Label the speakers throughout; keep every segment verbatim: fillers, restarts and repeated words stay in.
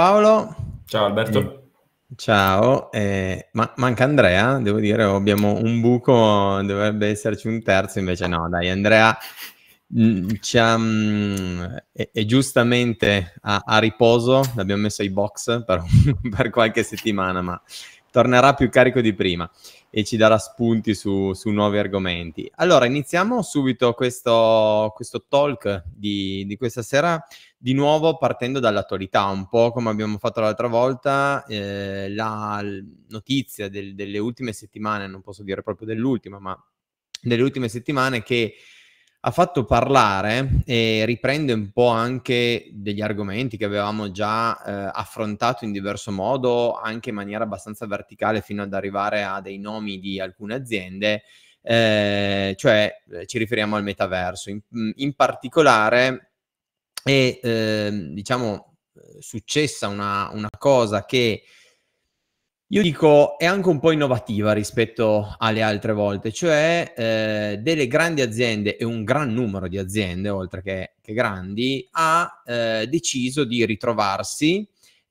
Speaker 1: Paolo.
Speaker 2: Ciao Alberto.
Speaker 1: Eh, ciao, eh, ma manca Andrea, devo dire, abbiamo un buco, dovrebbe esserci un terzo, invece no, dai, Andrea mh, ci ha, mh, è, è giustamente a, a riposo, l'abbiamo messo ai box per, per qualche settimana, ma tornerà più carico di prima e ci darà spunti su, su nuovi argomenti. Allora, iniziamo subito questo, questo talk di, di questa sera, di nuovo partendo dall'attualità, un po' come abbiamo fatto l'altra volta. Eh, la notizia del, delle ultime settimane, non posso dire proprio dell'ultima, ma delle ultime settimane, che ha fatto parlare e riprende un po' anche degli argomenti che avevamo già eh, affrontato in diverso modo, anche in maniera abbastanza verticale, fino ad arrivare a dei nomi di alcune aziende, eh, cioè eh, ci riferiamo al metaverso. In, in particolare è, eh, diciamo, successa una, una cosa che io dico è anche un po' innovativa rispetto alle altre volte, cioè eh, delle grandi aziende e un gran numero di aziende, oltre che, che grandi, ha eh, deciso di ritrovarsi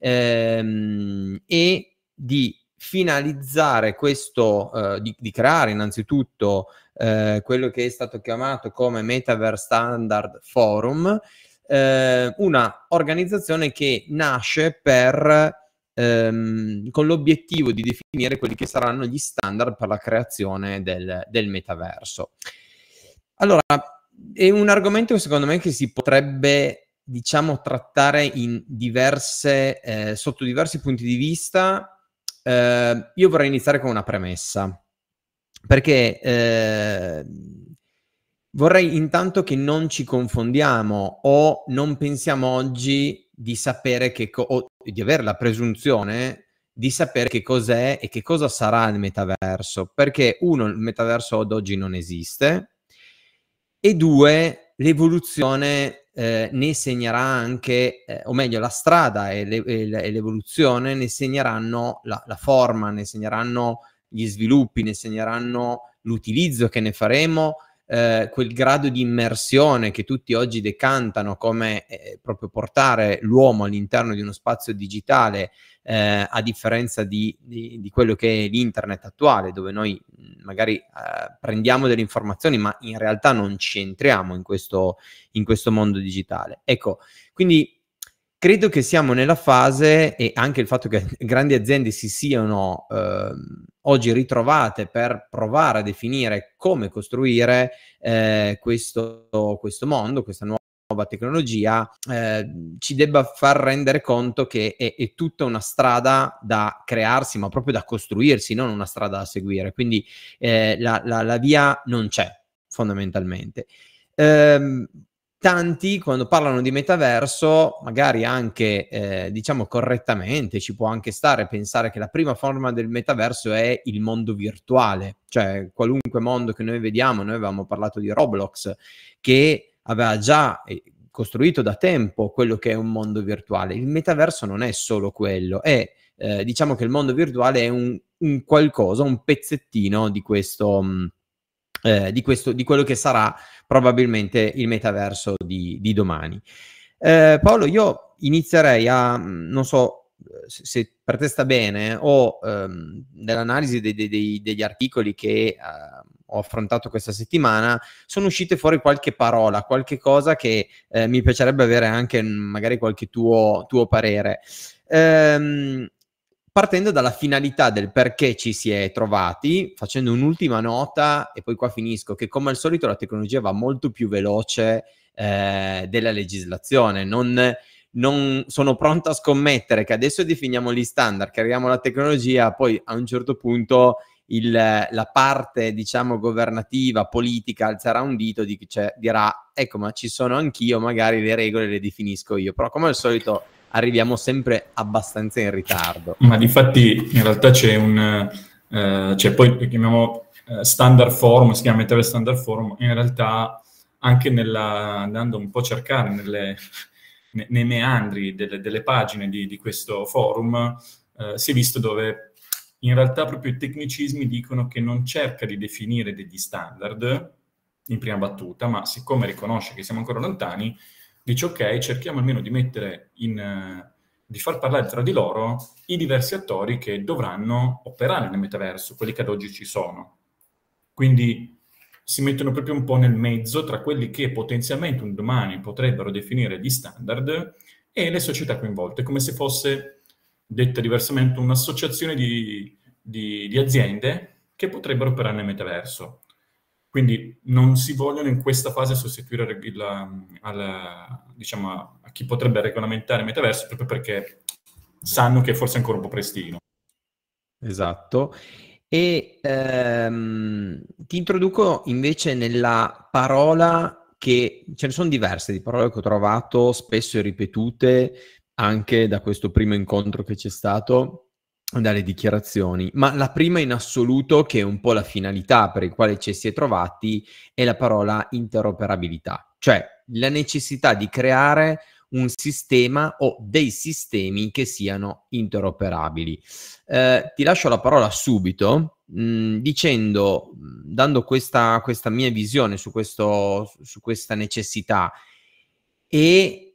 Speaker 1: ehm, e di finalizzare questo, eh, di, di creare innanzitutto eh, quello che è stato chiamato come Metaverse Standard Forum, eh, una organizzazione che nasce per Ehm, con l'obiettivo di definire quelli che saranno gli standard per la creazione del, del metaverso. Allora, è un argomento secondo me che si potrebbe, diciamo, trattare in diverse, eh, sotto diversi punti di vista. Eh, io vorrei iniziare con una premessa, perché eh, vorrei intanto che non ci confondiamo o non pensiamo oggi di sapere che co- o di avere la presunzione di sapere che cos'è e che cosa sarà il metaverso, perché uno, il metaverso ad oggi non esiste, e due, l'evoluzione eh, ne segnerà anche, eh, o meglio, la strada e, le, e, e l'evoluzione ne segneranno la, la forma, ne segneranno gli sviluppi, ne segneranno l'utilizzo che ne faremo, eh, quel grado di immersione che tutti oggi decantano come eh, proprio portare l'uomo all'interno di uno spazio digitale, eh, a differenza di, di, di quello che è l'internet attuale, dove noi mh, magari eh, prendiamo delle informazioni, ma in realtà non ci entriamo in questo, in questo mondo digitale. Ecco, quindi credo che siamo nella fase, e anche il fatto che grandi aziende si siano eh, oggi ritrovate per provare a definire come costruire eh, questo, questo mondo, questa nuova nuova tecnologia, eh, ci debba far rendere conto che è, è tutta una strada da crearsi, ma proprio da costruirsi, non una strada da seguire. Quindi eh, la, la, la via non c'è, fondamentalmente. Ehm, Tanti, quando parlano di metaverso, magari anche, eh, diciamo correttamente, ci può anche stare pensare che la prima forma del metaverso è il mondo virtuale, cioè qualunque mondo che noi vediamo. Noi avevamo parlato di Roblox, che aveva già eh, costruito da tempo quello che è un mondo virtuale. Il metaverso non è solo quello, è, eh, diciamo che il mondo virtuale è un, un qualcosa, un pezzettino di questo... Mh, eh, di, questo, di quello che sarà probabilmente il metaverso di, di domani. Eh, Paolo, io inizierei a, non so se, se per te sta bene, o ehm, nell'analisi dei, dei, dei, degli articoli che eh, ho affrontato questa settimana, sono uscite fuori qualche parola, qualche cosa che eh, mi piacerebbe avere anche magari qualche tuo, tuo parere. Ehm, Partendo dalla finalità del perché ci si è trovati, facendo un'ultima nota, e poi qua finisco, che come al solito la tecnologia va molto più veloce eh, della legislazione. Non, non sono pronto a scommettere che adesso definiamo gli standard, creiamo la tecnologia, poi a un certo punto il, la parte, diciamo, governativa, politica, alzerà un dito, di, cioè, dirà, ecco, ma ci sono anch'io, magari le regole le definisco io. Però come al solito arriviamo sempre abbastanza in ritardo.
Speaker 2: Ma difatti in realtà c'è un, eh, c'è poi lo chiamiamo eh, standard forum, si chiama Metaverse Standard Forum, in realtà anche nella, andando un po' a cercare nelle, ne, nei meandri delle, delle pagine di, di questo forum, eh, si è visto dove in realtà proprio i tecnicismi dicono che non cerca di definire degli standard in prima battuta, ma siccome riconosce che siamo ancora lontani, dice ok, cerchiamo almeno di mettere in... di far parlare tra di loro i diversi attori che dovranno operare nel metaverso, quelli che ad oggi ci sono. Quindi si mettono proprio un po' nel mezzo tra quelli che potenzialmente un domani potrebbero definire gli standard e le società coinvolte, come se fosse, detta diversamente, un'associazione di, di, di aziende che potrebbero operare nel metaverso. Quindi non si vogliono in questa fase sostituire il, al, diciamo, a chi potrebbe regolamentare il metaverso, proprio perché sanno che forse è ancora un po' prestino.
Speaker 1: Esatto. E ehm, ti introduco invece nella parola che ce ne sono diverse di parole che ho trovato spesso e ripetute anche da questo primo incontro che c'è stato, dalle dichiarazioni, ma la prima in assoluto, che è un po' la finalità per il quale ci si è trovati, è la parola interoperabilità, cioè la necessità di creare un sistema o dei sistemi che siano interoperabili. Eh, ti lascio la parola subito mh, dicendo, dando questa, questa mia visione su, questo, su questa necessità e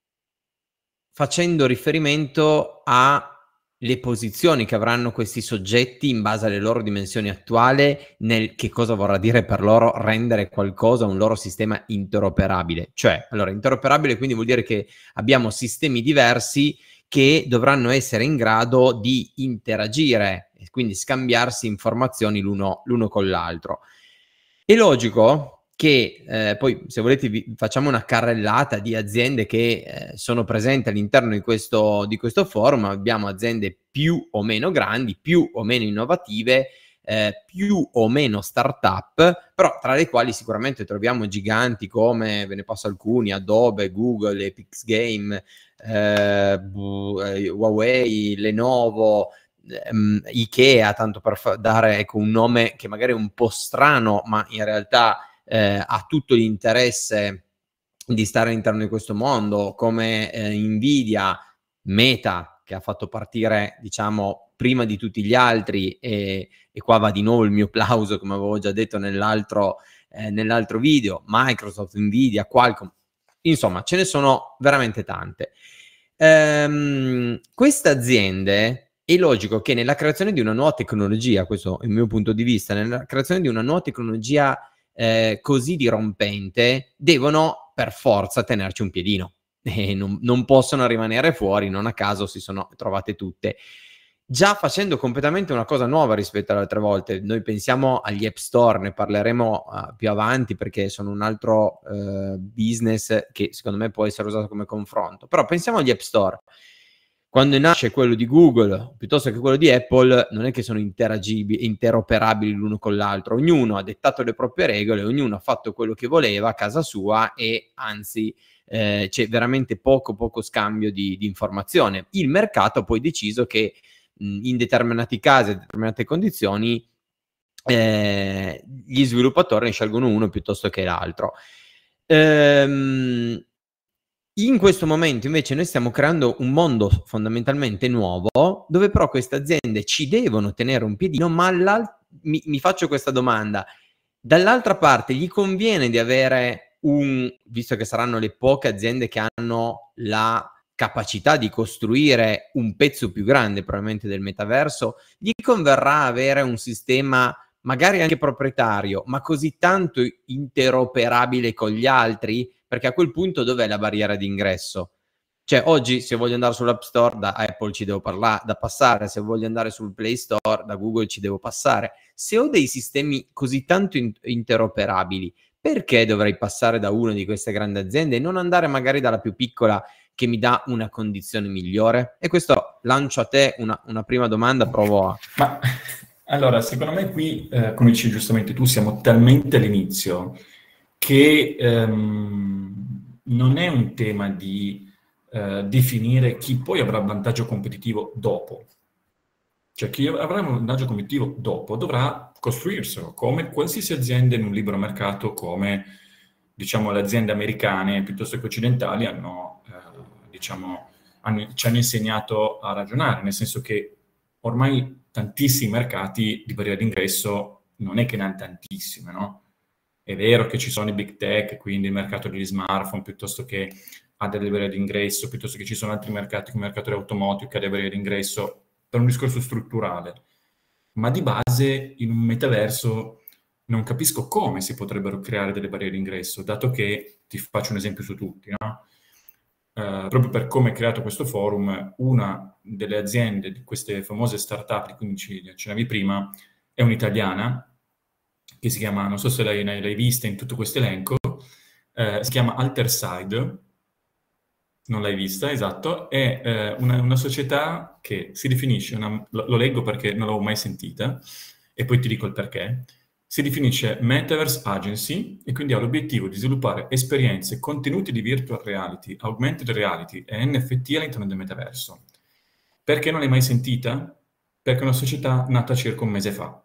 Speaker 1: facendo riferimento alle posizioni che avranno questi soggetti in base alle loro dimensioni attuali, nel che cosa vorrà dire per loro rendere qualcosa un loro sistema interoperabile. Cioè, allora, interoperabile quindi vuol dire che abbiamo sistemi diversi che dovranno essere in grado di interagire e quindi scambiarsi informazioni l'uno, l'uno con l'altro. È logico che eh, poi, se volete, vi facciamo una carrellata di aziende che eh, sono presenti all'interno di questo, di questo forum. Abbiamo aziende più o meno grandi, più o meno innovative, eh, più o meno start-up, però tra le quali sicuramente troviamo giganti come, ve ne passo alcuni, Adobe, Google, Epic Game, eh, Huawei, Lenovo, ehm, Ikea, tanto per fa- dare ecco, un nome che magari è un po' strano, ma in realtà eh, ha tutto l'interesse di stare all'interno di questo mondo, come eh, Nvidia, Meta, che ha fatto partire, diciamo, prima di tutti gli altri, e, e qua va di nuovo il mio plauso, come avevo già detto nell'altro, eh, nell'altro video, Microsoft, Nvidia, Qualcomm, insomma, ce ne sono veramente tante. Ehm, queste aziende, è logico che nella creazione di una nuova tecnologia, questo è il mio punto di vista, nella creazione di una nuova tecnologia eh, così dirompente, devono per forza tenerci un piedino e non, non possono rimanere fuori, non a caso si sono trovate tutte. Già facendo completamente una cosa nuova rispetto alle altre volte. Noi pensiamo agli App Store, ne parleremo uh, più avanti perché sono un altro uh, business che secondo me può essere usato come confronto. Però pensiamo agli App Store. Quando nasce quello di Google piuttosto che quello di Apple, non è che sono interagibili, interoperabili l'uno con l'altro. Ognuno ha dettato le proprie regole, ognuno ha fatto quello che voleva a casa sua e anzi eh, c'è veramente poco poco scambio di, di informazione. Il mercato ha poi deciso che in determinati casi, in determinate condizioni, eh, gli sviluppatori ne scelgono uno piuttosto che l'altro. Ehm, in questo momento invece noi stiamo creando un mondo fondamentalmente nuovo, dove però queste aziende ci devono tenere un piedino, ma mi, mi faccio questa domanda: dall'altra parte gli conviene di avere un, visto che saranno le poche aziende che hanno la capacità di costruire un pezzo più grande probabilmente del metaverso, gli converrà avere un sistema magari anche proprietario, ma così tanto interoperabile con gli altri? Perché a quel punto dov'è la barriera d'ingresso? Cioè oggi se voglio andare sull'App Store da Apple ci devo parlare, da passare, se voglio andare sul Play Store da Google ci devo passare. Se ho dei sistemi così tanto in- interoperabili, perché dovrei passare da una di queste grandi aziende e non andare magari dalla più piccola che mi dà una condizione migliore? E questo lancio a te una, una prima domanda, provo a...
Speaker 2: Ma allora, secondo me qui, eh, come dici giustamente tu, siamo talmente all'inizio che ehm, non è un tema di eh, definire chi poi avrà vantaggio competitivo dopo. Cioè chi avrà un vantaggio competitivo dopo dovrà costruirselo, come qualsiasi azienda in un libero mercato, come diciamo le aziende americane piuttosto che occidentali hanno, eh, diciamo, hanno, ci hanno insegnato a ragionare, nel senso che ormai tantissimi mercati di barriera d'ingresso non è che ne hanno tantissime, no? È vero che ci sono i big tech, quindi il mercato degli smartphone piuttosto che ha delle barriere d'ingresso, piuttosto che ci sono altri mercati come il mercato dell'automotive che ha delle barriere d'ingresso, per un discorso strutturale. Ma di base in un metaverso non capisco come si potrebbero creare delle barriere d'ingresso, dato che, ti faccio un esempio su tutti, no? Uh, proprio per come è creato questo forum, una delle aziende di queste famose startup di cui ci accennavi prima è un'italiana che si chiama, non so se l'hai, l'hai vista in tutto questo elenco, uh, si chiama Alterside, non l'hai vista, esatto, è uh, una, una società che si definisce, una, lo, lo leggo perché non l'avevo mai sentita e poi ti dico il perché. Si definisce Metaverse Agency e quindi ha l'obiettivo di sviluppare esperienze, contenuti di virtual reality, augmented reality e N F T all'interno del metaverso. Perché non l'hai mai sentita? Perché è una società nata circa un mese fa.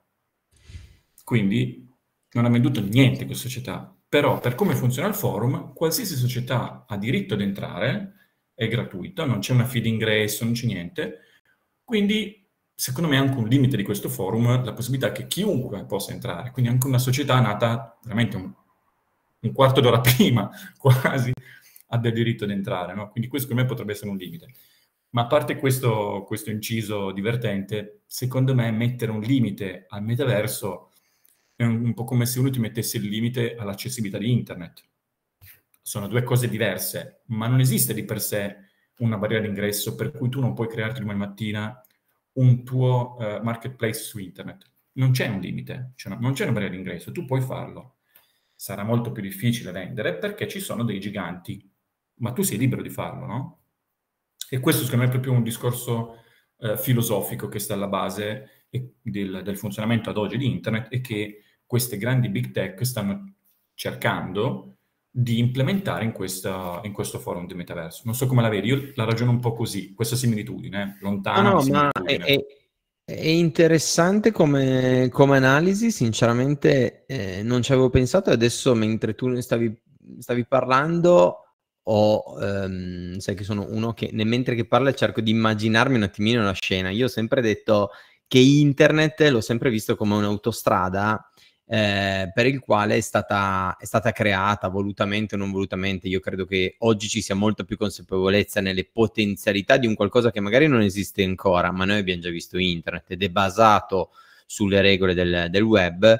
Speaker 2: Quindi non ha venduto niente questa società. Però per come funziona il forum, qualsiasi società ha diritto ad entrare, è gratuito, non c'è una fee d'ingresso, non c'è niente. Quindi secondo me è anche un limite di questo forum la possibilità che chiunque possa entrare, quindi anche una società nata veramente un, un quarto d'ora prima, quasi, abbia diritto ad entrare, no? Quindi questo secondo me potrebbe essere un limite. Ma a parte questo, questo inciso divertente, secondo me mettere un limite al metaverso è un, un po' come se uno ti mettesse il limite all'accessibilità di internet. Sono due cose diverse, ma non esiste di per sé una barriera d'ingresso per cui tu non puoi crearti domani mattina un tuo uh, marketplace su internet. Non c'è un limite, cioè non c'è una barriera d'ingresso, tu puoi farlo. Sarà molto più difficile vendere perché ci sono dei giganti, ma tu sei libero di farlo, no? E questo secondo me è proprio un discorso uh, filosofico che sta alla base del, del funzionamento ad oggi di internet e che queste grandi big tech stanno cercando di implementare in, questa, in questo forum di metaverso. Non so come la vedi, io la ragiono un po' così, questa similitudine, lontana
Speaker 1: no, no,
Speaker 2: di
Speaker 1: ma
Speaker 2: similitudine.
Speaker 1: È, è, è interessante come, come analisi, sinceramente eh, non ci avevo pensato e adesso mentre tu ne stavi, stavi parlando ho, ehm, sai che sono uno che ne, mentre che parla cerco di immaginarmi un attimino la scena. Io ho sempre detto che internet l'ho sempre visto come un'autostrada Eh, per il quale è stata, è stata creata volutamente o non volutamente. Io credo che oggi ci sia molta più consapevolezza nelle potenzialità di un qualcosa che magari non esiste ancora, ma noi abbiamo già visto internet ed è basato sulle regole del, del web.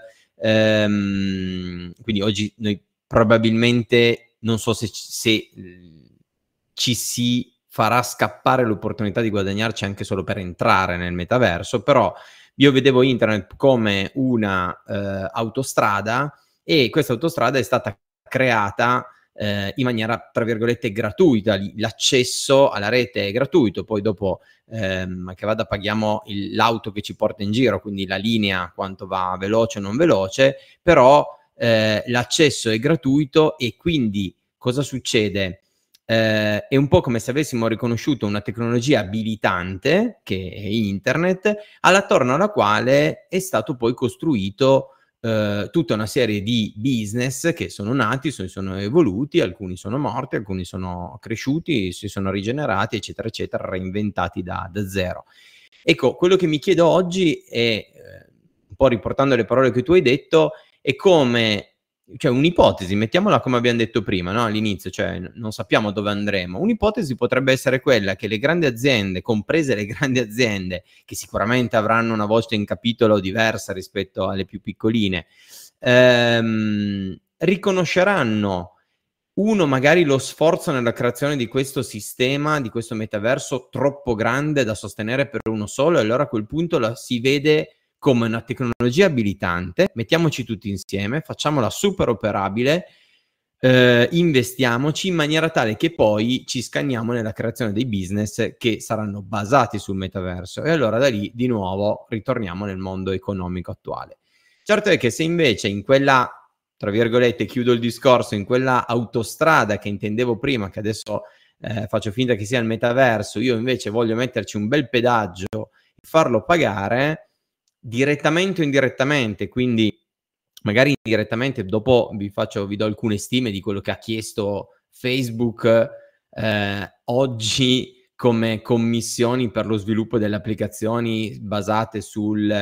Speaker 1: Ehm, quindi oggi noi probabilmente, non so se, se ci si farà scappare l'opportunità di guadagnarci anche solo per entrare nel metaverso, però io vedevo internet come una eh, autostrada e questa autostrada è stata creata eh, in maniera, tra virgolette, gratuita. L'accesso alla rete è gratuito, poi dopo ehm, che vada paghiamo il, l'auto che ci porta in giro, quindi la linea, quanto va veloce o non veloce, però eh, l'accesso è gratuito e quindi cosa succede? Eh, è un po' come se avessimo riconosciuto una tecnologia abilitante, che è internet, all'attorno alla quale è stato poi costruito eh, tutta una serie di business che sono nati, si sono evoluti, alcuni sono morti, alcuni sono cresciuti, si sono rigenerati, eccetera, eccetera, reinventati da, da zero. Ecco, quello che mi chiedo oggi è, eh, un po' riportando le parole che tu hai detto, è come... cioè un'ipotesi, mettiamola come abbiamo detto prima, no? All'inizio, cioè non sappiamo dove andremo. Un'ipotesi potrebbe essere quella che le grandi aziende, comprese le grandi aziende, che sicuramente avranno una voce in capitolo diversa rispetto alle più piccoline, ehm, riconosceranno uno magari lo sforzo nella creazione di questo sistema, di questo metaverso troppo grande da sostenere per uno solo, e allora a quel punto la si vede come una tecnologia abilitante, mettiamoci tutti insieme, facciamola super operabile, eh, investiamoci in maniera tale che poi ci scanniamo nella creazione dei business che saranno basati sul metaverso e allora da lì di nuovo ritorniamo nel mondo economico attuale. Certo è che se invece in quella, tra virgolette, chiudo il discorso, in quella autostrada che intendevo prima, che adesso eh, faccio finta che sia il metaverso, io invece voglio metterci un bel pedaggio e farlo pagare direttamente o indirettamente, quindi magari indirettamente, dopo vi faccio, vi do alcune stime di quello che ha chiesto Facebook eh, oggi come commissioni per lo sviluppo delle applicazioni basate sul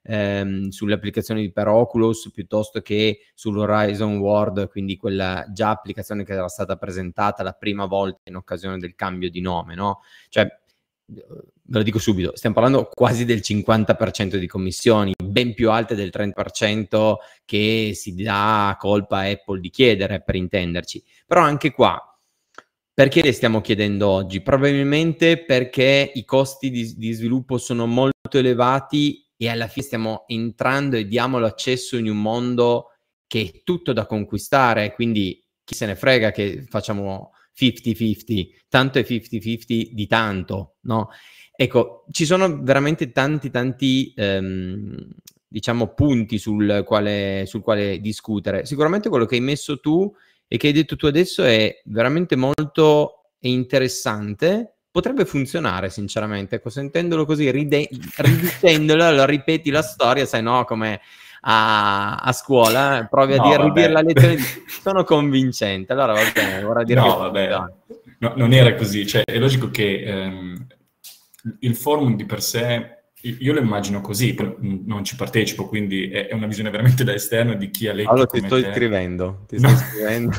Speaker 1: ehm, sulle applicazioni per Oculus piuttosto che sull'Horizon World, quindi quella già applicazione che era stata presentata la prima volta in occasione del cambio di nome, no? Cioè, ve lo dico subito, stiamo parlando quasi del cinquanta per cento di commissioni, ben più alte del trenta per cento che si dà colpa a Apple di chiedere, per intenderci. Però anche qua, perché le stiamo chiedendo oggi? Probabilmente perché i costi di, di sviluppo sono molto elevati e alla fine stiamo entrando e diamo l'accesso in un mondo che è tutto da conquistare, quindi chi se ne frega che facciamo cinquanta cinquanta, tanto è cinquanta cinquanta di tanto, no? Ecco, ci sono veramente tanti tanti ehm, diciamo punti sul quale, sul quale discutere. Sicuramente quello che hai messo tu e che hai detto tu adesso è veramente molto interessante, potrebbe funzionare sinceramente, ecco, sentendolo così, ride- ridicendolo, allora ripeti la storia, sai, no, come a, a scuola, provi a
Speaker 2: No,
Speaker 1: dire, ridire la
Speaker 2: vabbè.
Speaker 1: lezione, sono convincente, allora va bene, vorrà dire che
Speaker 2: No, vabbè,
Speaker 1: funziona.
Speaker 2: no, non era così. Cioè, è logico che ehm, il forum di per sé, io lo immagino così, però non ci partecipo, quindi è, è una visione veramente da esterno di chi ha letto
Speaker 1: Allora ti
Speaker 2: come
Speaker 1: sto
Speaker 2: te.
Speaker 1: scrivendo, ti
Speaker 2: No.
Speaker 1: sto scrivendo.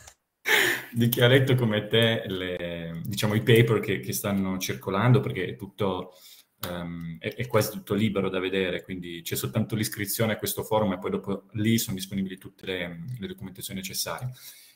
Speaker 2: Di chi ha letto come te le, diciamo, i paper che, che stanno circolando, perché è tutto, um, è, è quasi tutto libero da vedere, quindi c'è soltanto l'iscrizione a questo forum e poi dopo lì sono disponibili tutte le, le documentazioni necessarie.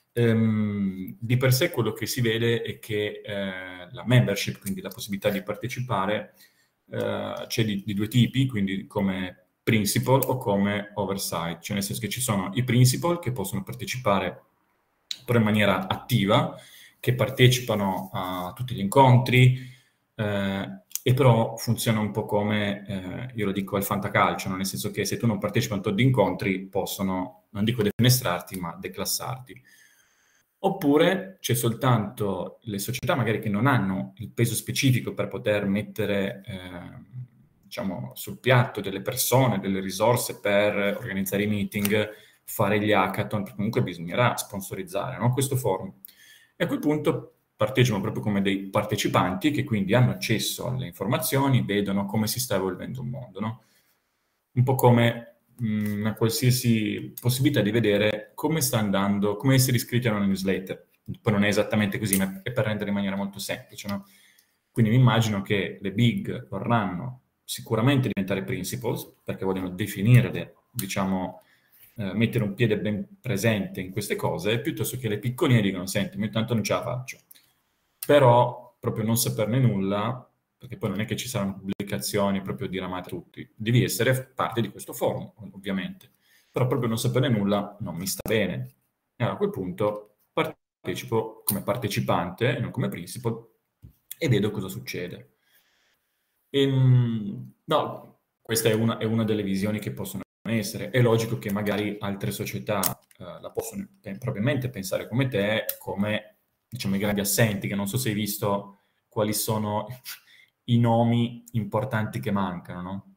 Speaker 2: Um, di per sé quello che si vede è che eh, la membership, quindi la possibilità di partecipare, eh, c'è di, di due tipi, quindi come principal o come oversight, cioè nel senso che ci sono i principal che possono partecipare però in maniera attiva, che partecipano a tutti gli incontri, eh, e però funziona un po' come, eh, io lo dico, al fantacalcio, no? Nel senso che se tu non partecipi a un tot di incontri possono, non dico defenestrarti, ma declassarti. Oppure c'è soltanto le società magari che non hanno il peso specifico per poter mettere, eh, diciamo, sul piatto delle persone, delle risorse per organizzare i meeting, fare gli hackathon, perché comunque bisognerà sponsorizzare, no? Questo forum. E a quel punto partecipano proprio come dei partecipanti che quindi hanno accesso alle informazioni, vedono come si sta evolvendo un mondo, no? Un po' come mh, una qualsiasi possibilità di vedere come sta andando, come essere iscritti a una newsletter. Poi non è esattamente così, ma è per rendere in maniera molto semplice, no? Quindi mi immagino che le big vorranno sicuramente diventare principals, perché vogliono definire, diciamo, eh, mettere un piede ben presente in queste cose, piuttosto che le piccoline dicono, senti, io tanto non ce la faccio. Però, proprio non saperne nulla, perché poi non è che ci saranno pubblicazioni proprio diramate a tutti, devi essere parte di questo forum, ovviamente. Però proprio non saperne nulla non mi sta bene. E allora a quel punto partecipo come partecipante, non come principal, e vedo cosa succede. E, no, questa è una, è una delle visioni che possono essere. È logico che magari altre società eh, la possono pe- probabilmente pensare come te, come, diciamo, i grandi assenti, che non so se hai visto quali sono i nomi importanti che mancano, no?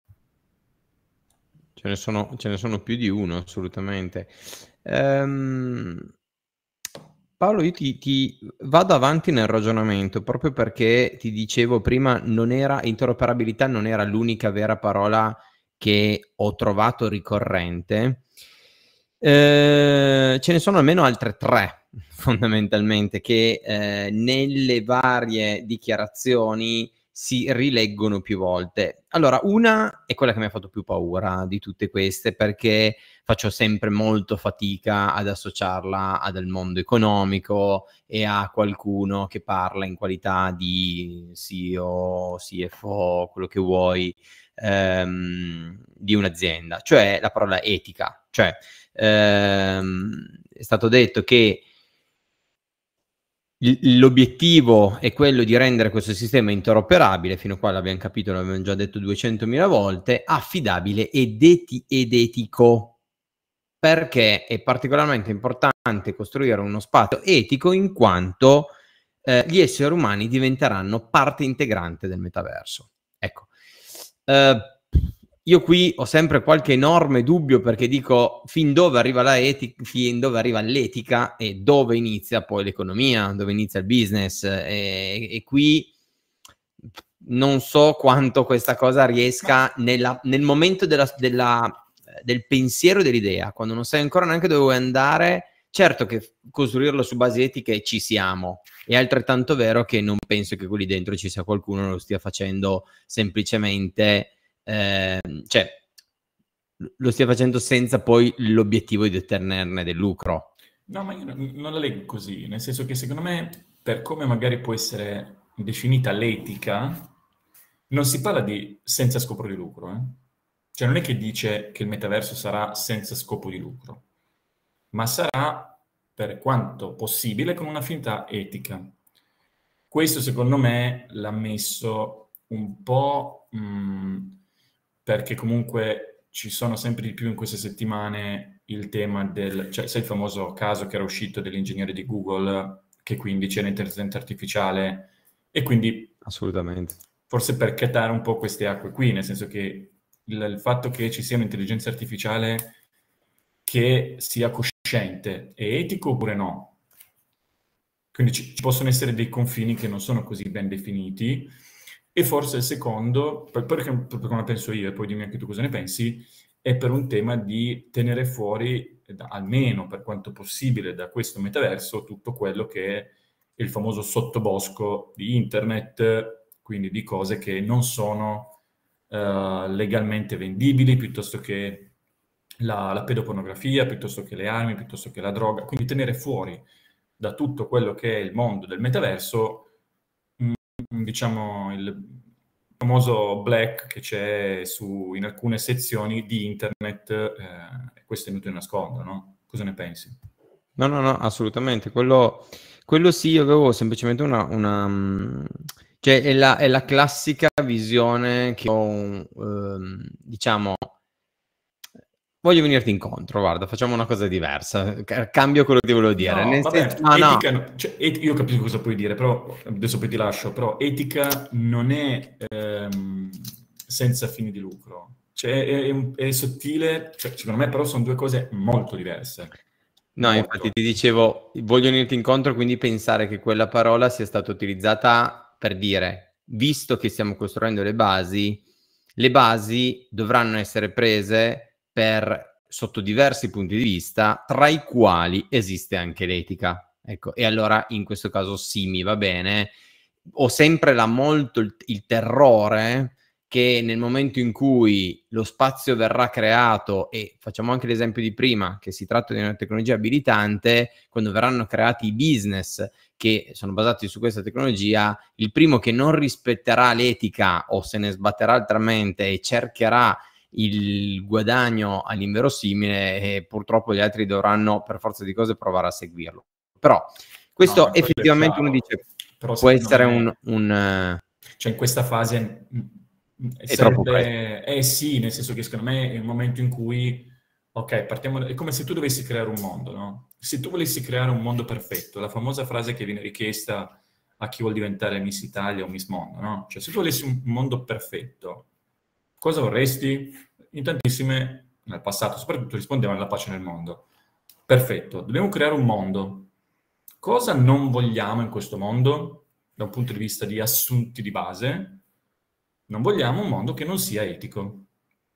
Speaker 1: Ce ne sono, ce ne sono più di uno, assolutamente. Ehm, Paolo, io ti, ti vado avanti nel ragionamento proprio perché ti dicevo prima, non era, interoperabilità non era l'unica vera parola che ho trovato ricorrente. Eh, ce ne sono almeno altre tre, fondamentalmente, che eh, nelle varie dichiarazioni si rileggono più volte. Allora, una è quella che mi ha fatto più paura di tutte queste, perché faccio sempre molto fatica ad associarla al mondo economico e a qualcuno che parla in qualità di C E O, C F O, quello che vuoi, ehm, di un'azienda, cioè la parola etica. Cioè, ehm, è stato detto che l'obiettivo è quello di rendere questo sistema interoperabile, fino a qua l'abbiamo capito, l'abbiamo già detto duecentomila volte, affidabile ed, eti- ed etico, perché è particolarmente importante costruire uno spazio etico in quanto eh, gli esseri umani diventeranno parte integrante del metaverso. Ecco, eh, io qui ho sempre qualche enorme dubbio perché dico fin dove arriva la etica, fin dove arriva l'etica e dove inizia poi l'economia, dove inizia il business e, e qui non so quanto questa cosa riesca nella, nel momento della, della, del pensiero dell'idea, quando non sai ancora neanche dove vuoi andare. Certo che costruirlo su basi etiche ci siamo, è altrettanto vero che non penso che quelli dentro ci sia qualcuno che lo stia facendo semplicemente, eh, cioè lo stia facendo senza poi l'obiettivo di ottenerne del lucro.
Speaker 2: No, ma io non la leggo così, nel senso che secondo me, per come magari può essere definita l'etica, non si parla di senza scopo di lucro, eh? Cioè non è che dice che il metaverso sarà senza scopo di lucro, ma sarà, per quanto possibile, con una finalità etica. Questo, secondo me, l'ha messo un po' mh, perché comunque ci sono sempre di più in queste settimane il tema del... Cioè, sai il famoso caso che era uscito dell'ingegnere di Google, che quindi c'era l'intelligenza artificiale, e quindi...
Speaker 1: Assolutamente.
Speaker 2: Forse per catare un po' queste acque qui, nel senso che il, il fatto che ci sia un'intelligenza artificiale che sia cosciente è etico oppure no? Quindi ci, ci possono essere dei confini che non sono così ben definiti. E forse il secondo, per, perché, per come penso io, e poi dimmi anche tu cosa ne pensi, è per un tema di tenere fuori, da, almeno per quanto possibile, da questo metaverso tutto quello che è il famoso sottobosco di internet, quindi di cose che non sono uh, legalmente vendibili, piuttosto che la, la pedopornografia, piuttosto che le armi, piuttosto che la droga. Quindi tenere fuori da tutto quello che è il mondo del metaverso, mh, diciamo, il famoso black che c'è su, in alcune sezioni di internet, eh, questo è inutile nascondere, no? Cosa ne pensi?
Speaker 1: No, no, no, assolutamente. Quello, quello sì, io avevo semplicemente una... una cioè, è la, è la classica visione che ho, ehm, diciamo... Voglio venirti incontro, guarda, facciamo una cosa diversa, cambio quello che ti volevo dire.
Speaker 2: No,
Speaker 1: Nel
Speaker 2: vabbè,
Speaker 1: senso, ah,
Speaker 2: etica,
Speaker 1: no.
Speaker 2: no, cioè, et- io capisco cosa puoi dire, però adesso poi ti lascio, però etica non è ehm, senza fini di lucro, cioè è, è un- è sottile, cioè, secondo me però sono due cose molto diverse.
Speaker 1: No,
Speaker 2: Molto.
Speaker 1: infatti ti dicevo, voglio venirti incontro, quindi pensare che quella parola sia stata utilizzata per dire, visto che stiamo costruendo le basi, le basi dovranno essere prese per sotto diversi punti di vista, tra i quali esiste anche l'etica. Ecco, e allora in questo caso sì, mi va bene. Ho sempre la molto il, il terrore che nel momento in cui lo spazio verrà creato, e facciamo anche l'esempio di prima, che si tratta di una tecnologia abilitante, quando verranno creati i business che sono basati su questa tecnologia, il primo che non rispetterà l'etica o se ne sbatterà altramente e cercherà il guadagno all'inverosimile, e purtroppo gli altri dovranno per forza di cose provare a seguirlo. Però questo
Speaker 2: No,
Speaker 1: effettivamente uno dice
Speaker 2: però
Speaker 1: può essere
Speaker 2: me,
Speaker 1: un, un...
Speaker 2: Cioè in questa fase
Speaker 1: È troppo
Speaker 2: sarebbe... Eh sì, nel senso che secondo me è il momento in cui... Ok, partiamo... È come se tu dovessi creare un mondo, no? Se tu volessi creare un mondo perfetto, la famosa frase che viene richiesta a chi vuol diventare Miss Italia o Miss Mondo, no? Cioè se tu volessi un mondo perfetto, cosa vorresti? In tantissime, nel passato soprattutto, rispondevano alla pace nel mondo. Perfetto, dobbiamo creare un mondo. Cosa non vogliamo in questo mondo? Da un punto di vista di assunti di base, non vogliamo un mondo che non sia etico.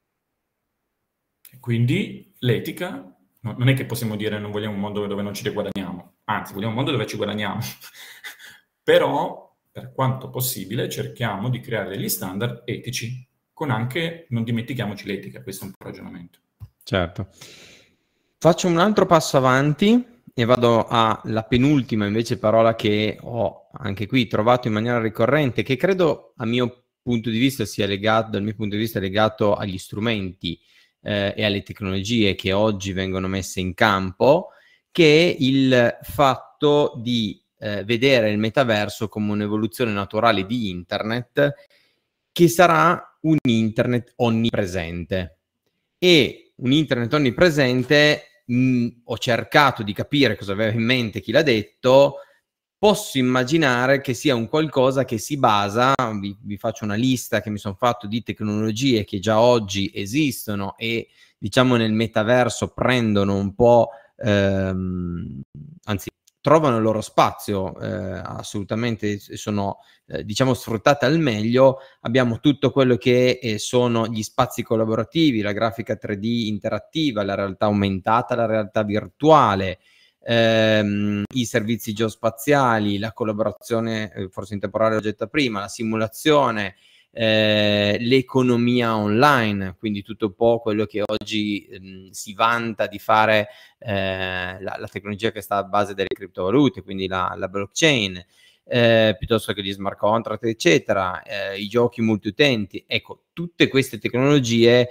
Speaker 2: Quindi l'etica, no, non è che possiamo dire non vogliamo un mondo dove non ci guadagniamo, anzi vogliamo un mondo dove ci guadagniamo. Però, per quanto possibile, cerchiamo di creare degli standard etici, con anche, non dimentichiamoci l'etica, questo è un po' il ragionamento.
Speaker 1: Certo. Faccio un altro passo avanti e vado alla penultima invece parola che ho anche qui trovato in maniera ricorrente, che credo a mio punto di vista sia legato, dal mio punto di vista legato agli strumenti eh, e alle tecnologie che oggi vengono messe in campo, che è il fatto di eh, vedere il metaverso come un'evoluzione naturale di internet, che sarà un internet onnipresente. E un internet onnipresente, mh, ho cercato di capire cosa aveva in mente chi l'ha detto, posso immaginare che sia un qualcosa che si basa, vi, vi faccio una lista che mi sono fatto di tecnologie che già oggi esistono e diciamo nel metaverso prendono un po', ehm, anzi trovano il loro spazio, eh, assolutamente sono eh, diciamo sfruttate al meglio. Abbiamo tutto quello che eh, sono gli spazi collaborativi, la grafica tre D interattiva, la realtà aumentata, la realtà virtuale, ehm, i servizi geospaziali, la collaborazione eh, forse in temporale l'ho detta prima, la simulazione, eh, l'economia online, quindi tutto un po' quello che oggi ehm, si vanta di fare eh, la, la tecnologia che sta a base delle criptovalute, quindi la, la blockchain, eh, piuttosto che gli smart contract, eccetera, eh, i giochi multiutenti. Ecco, tutte queste tecnologie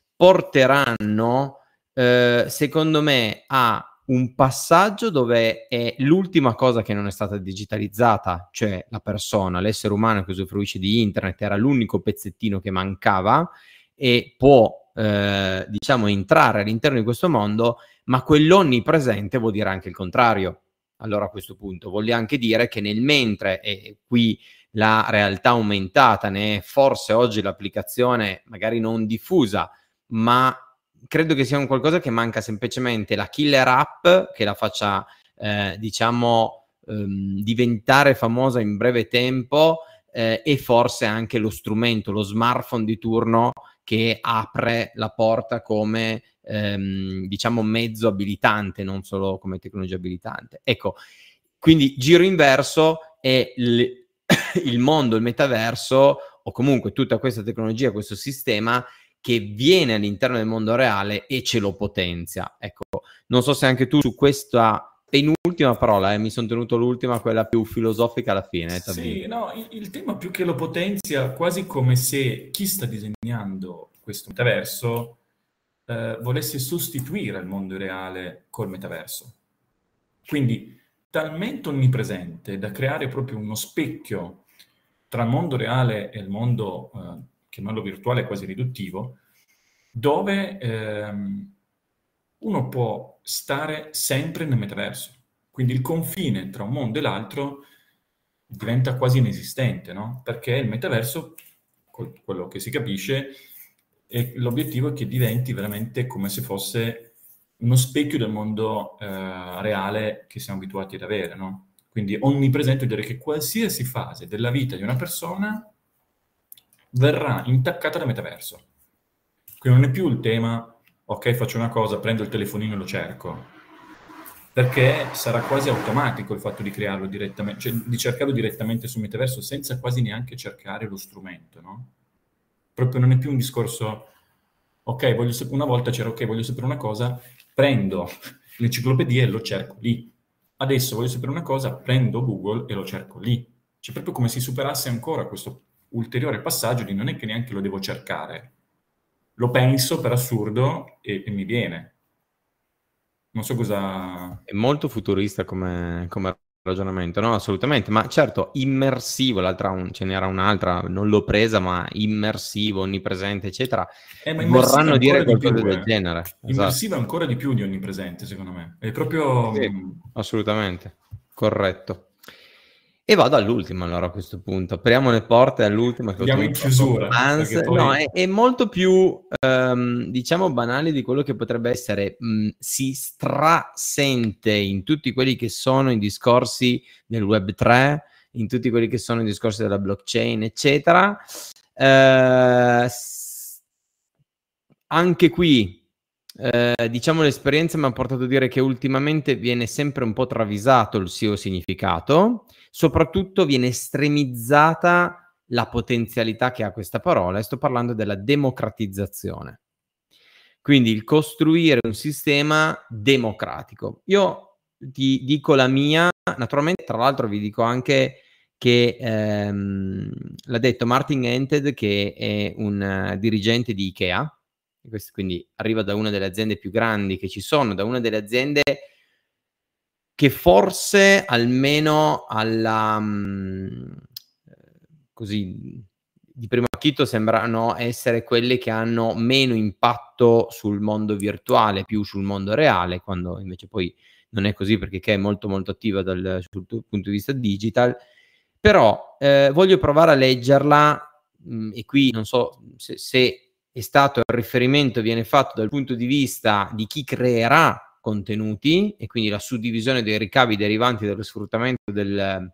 Speaker 1: porteranno, eh, secondo me, a un passaggio dove è l'ultima cosa che non è stata digitalizzata, cioè la persona, l'essere umano che usufruisce di internet, era l'unico pezzettino che mancava e può, eh, diciamo, entrare all'interno di questo mondo, ma quell'onnipresente vuol dire anche il contrario. Allora a questo punto vuol anche dire che nel mentre, e qui la realtà aumentata ne è forse oggi l'applicazione magari non diffusa, ma credo che sia un qualcosa che manca semplicemente la killer app che la faccia eh, diciamo ehm, diventare famosa in breve tempo, eh, e forse anche lo strumento, lo smartphone di turno che apre la porta come ehm, diciamo mezzo abilitante, non solo come tecnologia abilitante. Ecco, quindi giro inverso è il, il mondo, il metaverso, o comunque tutta questa tecnologia, questo sistema che viene all'interno del mondo reale e ce lo potenzia. Ecco, non so se anche tu su questa penultima parola, eh, mi sono tenuto l'ultima, quella più filosofica alla fine.
Speaker 2: Sì, no, il, il tema più che lo potenzia, quasi come se chi sta disegnando questo metaverso eh, volesse sostituire il mondo reale col metaverso. Quindi talmente onnipresente da creare proprio uno specchio tra il mondo reale e il mondo, eh, chiamiamolo virtuale, quasi riduttivo, dove ehm, uno può stare sempre nel metaverso. Quindi il confine tra un mondo e l'altro diventa quasi inesistente, no? Perché il metaverso, quello che si capisce, è, l'obiettivo è che diventi veramente come se fosse uno specchio del mondo eh, reale che siamo abituati ad avere, no? Quindi onnipresente, vuol dire che qualsiasi fase della vita di una persona verrà intaccata dal metaverso. Quindi non è più il tema, ok, faccio una cosa, prendo il telefonino e lo cerco, perché sarà quasi automatico il fatto di crearlo direttamente, cioè di cercarlo direttamente sul metaverso senza quasi neanche cercare lo strumento, no? Proprio non è più un discorso, ok, voglio sap- una volta c'era, ok, voglio sapere una cosa, prendo l'enciclopedia e lo cerco lì. Adesso voglio sapere una cosa, prendo Google e lo cerco lì. C'è proprio come si superasse ancora questo ulteriore passaggio di non è che neanche lo devo cercare. Lo penso per assurdo e, e mi viene. Non so cosa...
Speaker 1: È molto futurista come, come ragionamento, no? Assolutamente, ma certo, immersivo, l'altra un, ce n'era un'altra, non l'ho presa, ma immersivo, onnipresente, eccetera,
Speaker 2: Eh, ma immersiva
Speaker 1: vorranno dire
Speaker 2: ancora di più,
Speaker 1: qualcosa del
Speaker 2: eh.
Speaker 1: genere. Esatto.
Speaker 2: Immersiva ancora di più di onnipresente, secondo me. È proprio...
Speaker 1: Sì, assolutamente, corretto. E vado all'ultimo allora a questo punto. Apriamo le porte all'ultima che ho
Speaker 2: Andiamo in
Speaker 1: tenuto sotto
Speaker 2: chiusura,
Speaker 1: suspense.
Speaker 2: perché poi...
Speaker 1: No, è, è molto più, ehm, diciamo, banale di quello che potrebbe essere. Mh, si strasente in tutti quelli che sono i discorsi del web tre, in tutti quelli che sono i discorsi della blockchain, eccetera. Eh, s- anche qui, eh, diciamo, l'esperienza mi ha portato a dire che ultimamente viene sempre un po' travisato il suo significato, soprattutto viene estremizzata la potenzialità che ha questa parola, e sto parlando della democratizzazione. Quindi il costruire un sistema democratico. Io ti dico la mia, naturalmente, tra l'altro vi dico anche che ehm, l'ha detto Martin Ented, che è un uh, dirigente di Ikea, questo quindi arriva da una delle aziende più grandi che ci sono, da una delle aziende che forse almeno alla mh, così di primo acchito sembrano essere quelle che hanno meno impatto sul mondo virtuale, più sul mondo reale, quando invece poi non è così, perché che è molto molto attiva dal sul punto di vista digital. Però eh, voglio provare a leggerla, mh, e qui non so se, se è stato il riferimento viene fatto dal punto di vista di chi creerà contenuti, e quindi la suddivisione dei ricavi derivanti dallo sfruttamento del,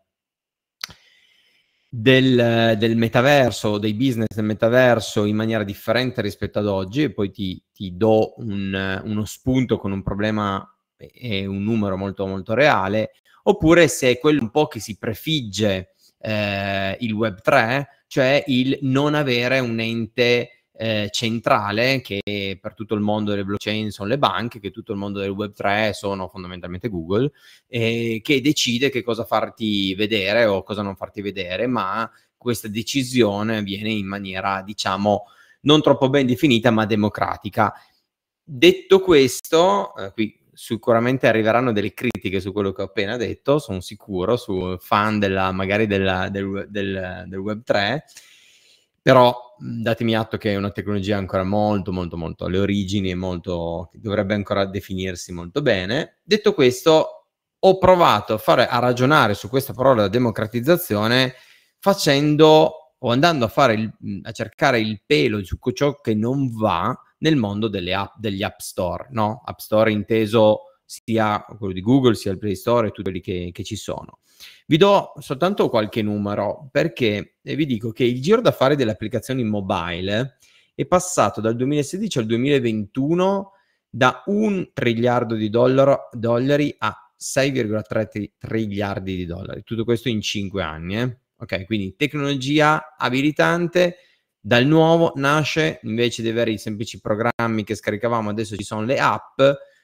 Speaker 1: del, del metaverso, dei business del metaverso in maniera differente rispetto ad oggi, e poi ti, ti do un, uno spunto con un problema e un numero molto molto reale, oppure se è quello un po' che si prefigge eh, il web tre, cioè il non avere un ente eh, centrale, che per tutto il mondo delle blockchain sono le banche, che tutto il mondo del web tre sono fondamentalmente Google, eh, che decide che cosa farti vedere o cosa non farti vedere, ma questa decisione viene in maniera, diciamo, non troppo ben definita, ma democratica. Detto questo, eh, qui sicuramente arriveranno delle critiche su quello che ho appena detto, sono sicuro, su fan della, magari della, del, del, del web tre, però datemi atto che è una tecnologia ancora molto molto molto alle origini e molto, dovrebbe ancora definirsi molto bene. Detto questo, ho provato a fare, a ragionare su questa parola democratizzazione facendo o andando a fare il, a cercare il pelo su ciò che non va nel mondo delle app, degli app store, no? App store inteso sia quello di Google, sia il Play Store e tutti quelli che, che ci sono. Vi do soltanto qualche numero, perché vi dico che il giro d'affari delle applicazioni mobile è passato dal duemilasedici al duemilaventuno da un triliardo di dollaro, dollari a sei virgola tre triliardi di dollari. Tutto questo in cinque anni, eh? Ok, quindi tecnologia abilitante. Dal nuovo nasce, invece di avere i semplici programmi che scaricavamo, adesso ci sono le app,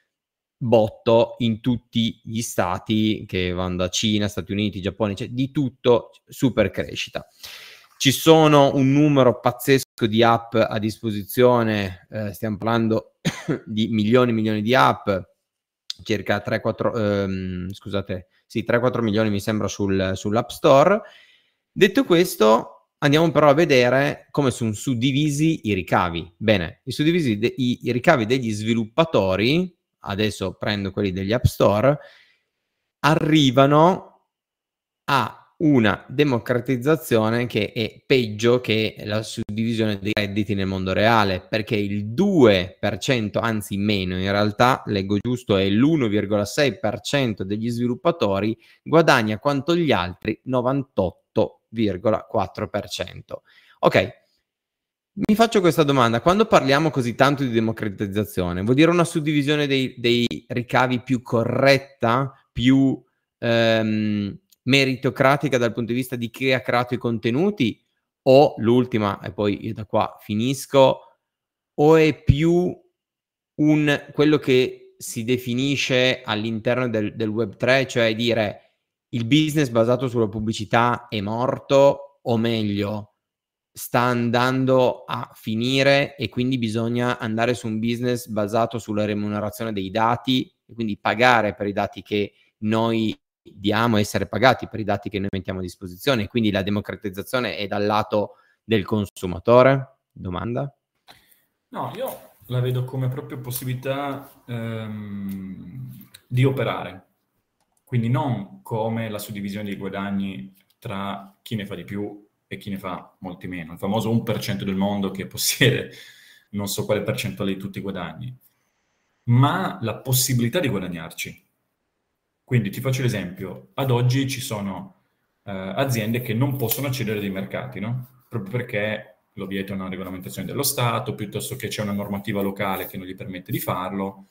Speaker 1: botto in tutti gli stati, che vanno da Cina, Stati Uniti, Giappone, cioè di tutto, super crescita. Ci sono un numero pazzesco di app a disposizione, eh, stiamo parlando di milioni e milioni di app, circa tre quattro, ehm, scusate, sì, tre quattro milioni mi sembra sul, sull'App Store. Detto questo, andiamo però a vedere come sono suddivisi i ricavi. Bene, i suddivisi de- i, i ricavi degli sviluppatori, adesso prendo quelli degli App Store, arrivano a una democratizzazione che è peggio che la suddivisione dei redditi nel mondo reale, perché il due per cento, anzi meno in realtà, leggo giusto, è l'uno virgola sei per cento degli sviluppatori guadagna quanto gli altri novantotto virgola quattro per cento. Ok, mi faccio questa domanda: quando parliamo così tanto di democratizzazione, vuol dire una suddivisione dei, dei ricavi più corretta, più ehm, meritocratica dal punto di vista di chi ha creato i contenuti, o l'ultima, e poi io da qua finisco, o è più un quello che si definisce all'interno del, del web tre, cioè dire il business basato sulla pubblicità è morto, o meglio sta andando a finire, e quindi bisogna andare su un business basato sulla remunerazione dei dati, e quindi pagare per i dati che noi diamo, essere pagati per i dati che noi mettiamo a disposizione, quindi la democratizzazione è dal lato del consumatore? Domanda?
Speaker 2: No, io la vedo come proprio possibilità ehm, di operare, quindi non come la suddivisione dei guadagni tra chi ne fa di più e chi ne fa molti meno, il famoso uno per cento del mondo che possiede non so quale percentuale di tutti i guadagni, ma la possibilità di guadagnarci. Quindi ti faccio l'esempio: ad oggi ci sono eh, aziende che non possono accedere ai mercati, no? Proprio perché lo vieta una regolamentazione dello Stato, piuttosto che c'è una normativa locale che non gli permette di farlo,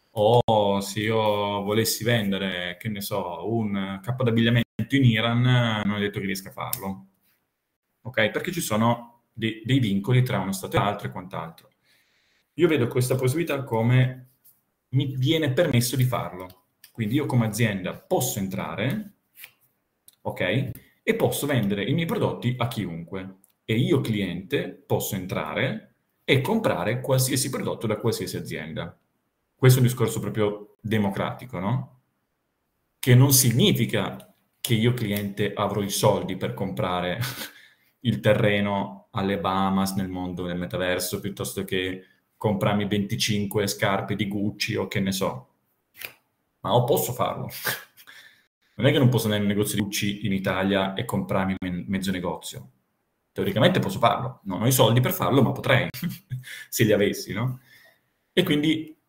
Speaker 2: o se io volessi vendere, che ne so, un capo d'abbigliamento in Iran, non è detto che riesca a farlo. Ok? Perché ci sono dei, dei vincoli tra uno Stato e l'altro e quant'altro. Io vedo questa possibilità come mi viene permesso di farlo. Quindi io come azienda posso entrare, ok? E posso vendere i miei prodotti a chiunque. E io cliente posso entrare e comprare qualsiasi prodotto da qualsiasi azienda. Questo è un discorso proprio democratico, no? Che non significa che io cliente avrò i soldi per comprare il terreno alle Bahamas nel mondo del metaverso, piuttosto che comprarmi venticinque scarpe di Gucci o che ne so. Ma o posso farlo. Non è che non posso andare in un negozio di Gucci in Italia e comprarmi me- mezzo negozio. Teoricamente posso farlo. Non ho i soldi per farlo, ma potrei, se li avessi, no? E quindi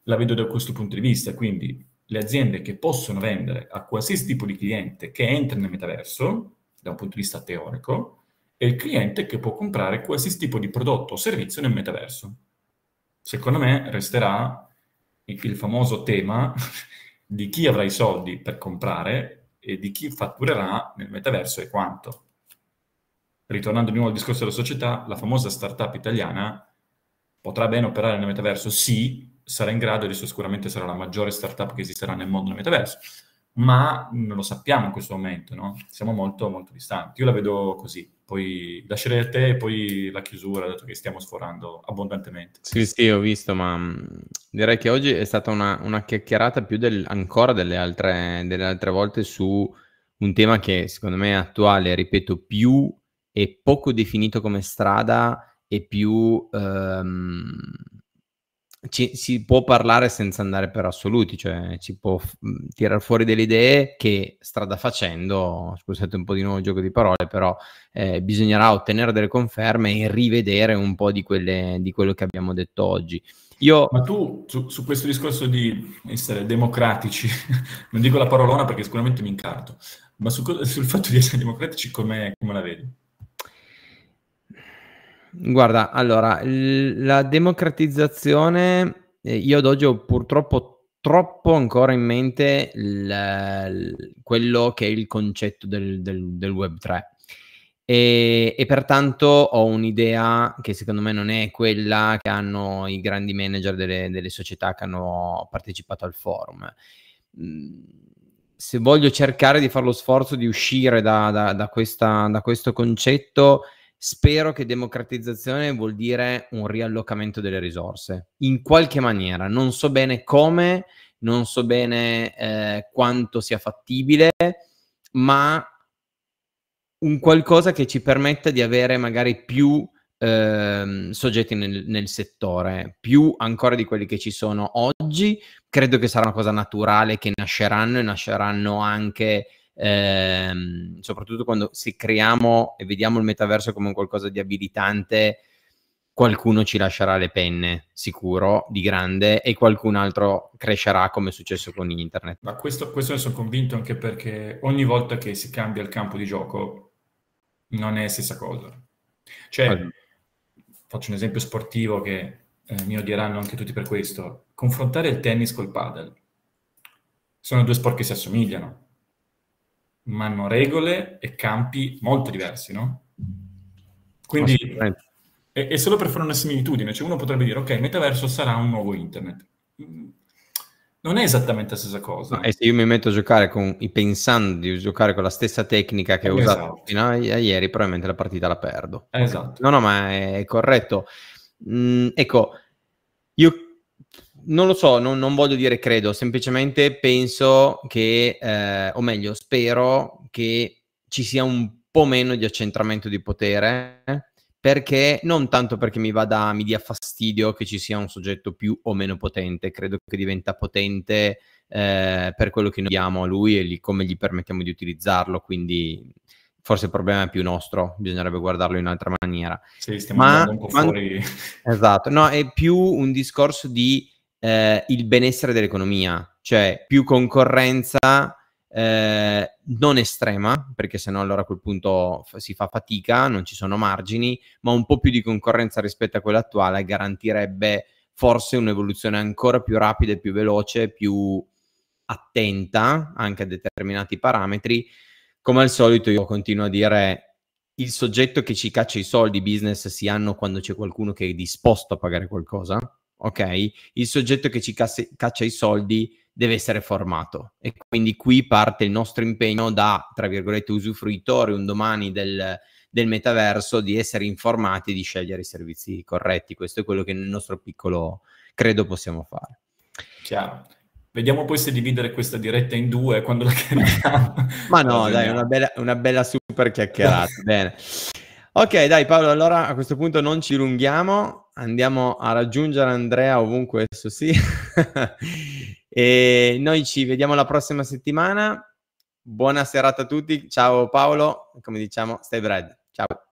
Speaker 2: la vedo da questo punto di vista, quindi le aziende che possono vendere a qualsiasi tipo di cliente che entra nel metaverso, da un punto di vista teorico, e il cliente che può comprare qualsiasi tipo di prodotto o servizio nel metaverso. Secondo me resterà il, il famoso tema di chi avrà i soldi per comprare e di chi fatturerà nel metaverso e quanto. Ritornando di nuovo al discorso della società, la famosa startup italiana potrà bene operare nel metaverso? Sì, sarà in grado, adesso sicuramente sarà la maggiore startup che esisterà nel mondo nel metaverso, ma non lo sappiamo in questo momento, no? Siamo molto, molto distanti. Io la vedo così. Poi lascerei a te e poi la chiusura, dato che stiamo sforando abbondantemente.
Speaker 1: Sì, sì, ho visto, ma mh, direi che oggi è stata una, una chiacchierata più del, ancora delle altre, delle altre volte su un tema che secondo me è attuale, ripeto, più è poco definito come strada e più ehm, ci, si può parlare senza andare per assoluti, cioè ci può mh, tirare fuori delle idee che strada facendo, scusate un po' di nuovo il gioco di parole, però eh, bisognerà ottenere delle conferme e rivedere un po' di, quelle, di quello che abbiamo detto oggi. Io...
Speaker 2: Ma tu, su, su questo discorso di essere democratici, non dico la parolona perché sicuramente mi incarto, ma su, sul fatto di essere democratici come, come la vedi?
Speaker 1: Guarda, allora, l- la democratizzazione, eh, io ad oggi ho purtroppo troppo ancora in mente il- il- quello che è il concetto del, del- del web tre e, e pertanto ho un'idea che secondo me non è quella che hanno i grandi manager delle, delle società che hanno partecipato al forum. Mm, Se voglio cercare di fare lo sforzo di uscire da, da- da questa- da questo concetto, spero che democratizzazione vuol dire un riallocamento delle risorse, in qualche maniera. Non so bene come, non so bene eh, quanto sia fattibile, ma un qualcosa che ci permetta di avere magari più ehm, soggetti nel, nel settore, più ancora di quelli che ci sono oggi. Credo che sarà una cosa naturale, che nasceranno e nasceranno anche ehm, soprattutto quando se creiamo e vediamo il metaverso come un qualcosa di abilitante, qualcuno ci lascerà le penne, sicuro, di grande, e qualcun altro crescerà come è successo con internet.
Speaker 2: Ma questo, questo ne sono convinto anche perché ogni volta che si cambia il campo di gioco non è la stessa cosa. Cioè,
Speaker 1: Esatto.
Speaker 2: faccio un esempio sportivo che eh, mi odieranno anche tutti per questo. Confrontare il tennis col padel. Sono due sport che si assomigliano, ma hanno regole e campi molto diversi, no? Quindi
Speaker 1: Assolutamente.
Speaker 2: è, è solo per fare una similitudine, cioè uno potrebbe dire, ok, il metaverso sarà un nuovo internet. Mm, Non è esattamente la stessa
Speaker 1: No,
Speaker 2: cosa.
Speaker 1: e se io mi metto a giocare con, pensando di giocare con la stessa tecnica che ho usato
Speaker 2: Esatto,
Speaker 1: fino a, a ieri, probabilmente la partita la perdo. Ok.
Speaker 2: esatto.
Speaker 1: No, no, ma è, è corretto. Mm, ecco, io non lo so, non, non voglio dire credo, semplicemente penso che, eh, o meglio, spero che ci sia un po' meno di accentramento di potere, perché non tanto perché mi vada, mi dia fastidio che ci sia un soggetto più o meno potente, credo che diventa potente eh, per quello che noi diamo a lui e gli, come gli permettiamo di utilizzarlo, quindi forse il problema è più nostro, bisognerebbe guardarlo in un'altra maniera.
Speaker 2: Sì, stiamo
Speaker 1: Ma,
Speaker 2: andando un po'
Speaker 1: ma
Speaker 2: fuori.
Speaker 1: esatto, no, è più un discorso di eh, il benessere dell'economia, cioè più concorrenza eh, non estrema, perché sennò allora a quel punto f- si fa fatica, non ci sono margini, ma un po' più di concorrenza rispetto a quella attuale garantirebbe forse un'evoluzione ancora più rapida e più veloce, più attenta anche a determinati parametri. Come al solito io continuo a dire il soggetto che ci caccia i soldi, i business si hanno quando c'è qualcuno che è disposto a pagare qualcosa, ok? Il soggetto che ci casse, caccia i soldi deve essere formato e quindi qui parte il nostro impegno da, tra virgolette, usufruitori un domani del, del metaverso, di essere informati e di scegliere i servizi corretti. Questo è quello che nel nostro piccolo credo possiamo fare.
Speaker 2: Chiaro. Vediamo poi se dividere questa diretta in due quando la carichiamo.
Speaker 1: Ma no, dai, una
Speaker 2: Ragioniamo.
Speaker 1: bella, una bella super chiacchierata. Bene. Ok, dai Paolo, allora a questo punto non ci dilunghiamo, andiamo a raggiungere Andrea ovunque esso sia. E noi ci vediamo la prossima settimana. Buona serata a tutti. Ciao Paolo, come diciamo, stay bread. Ciao.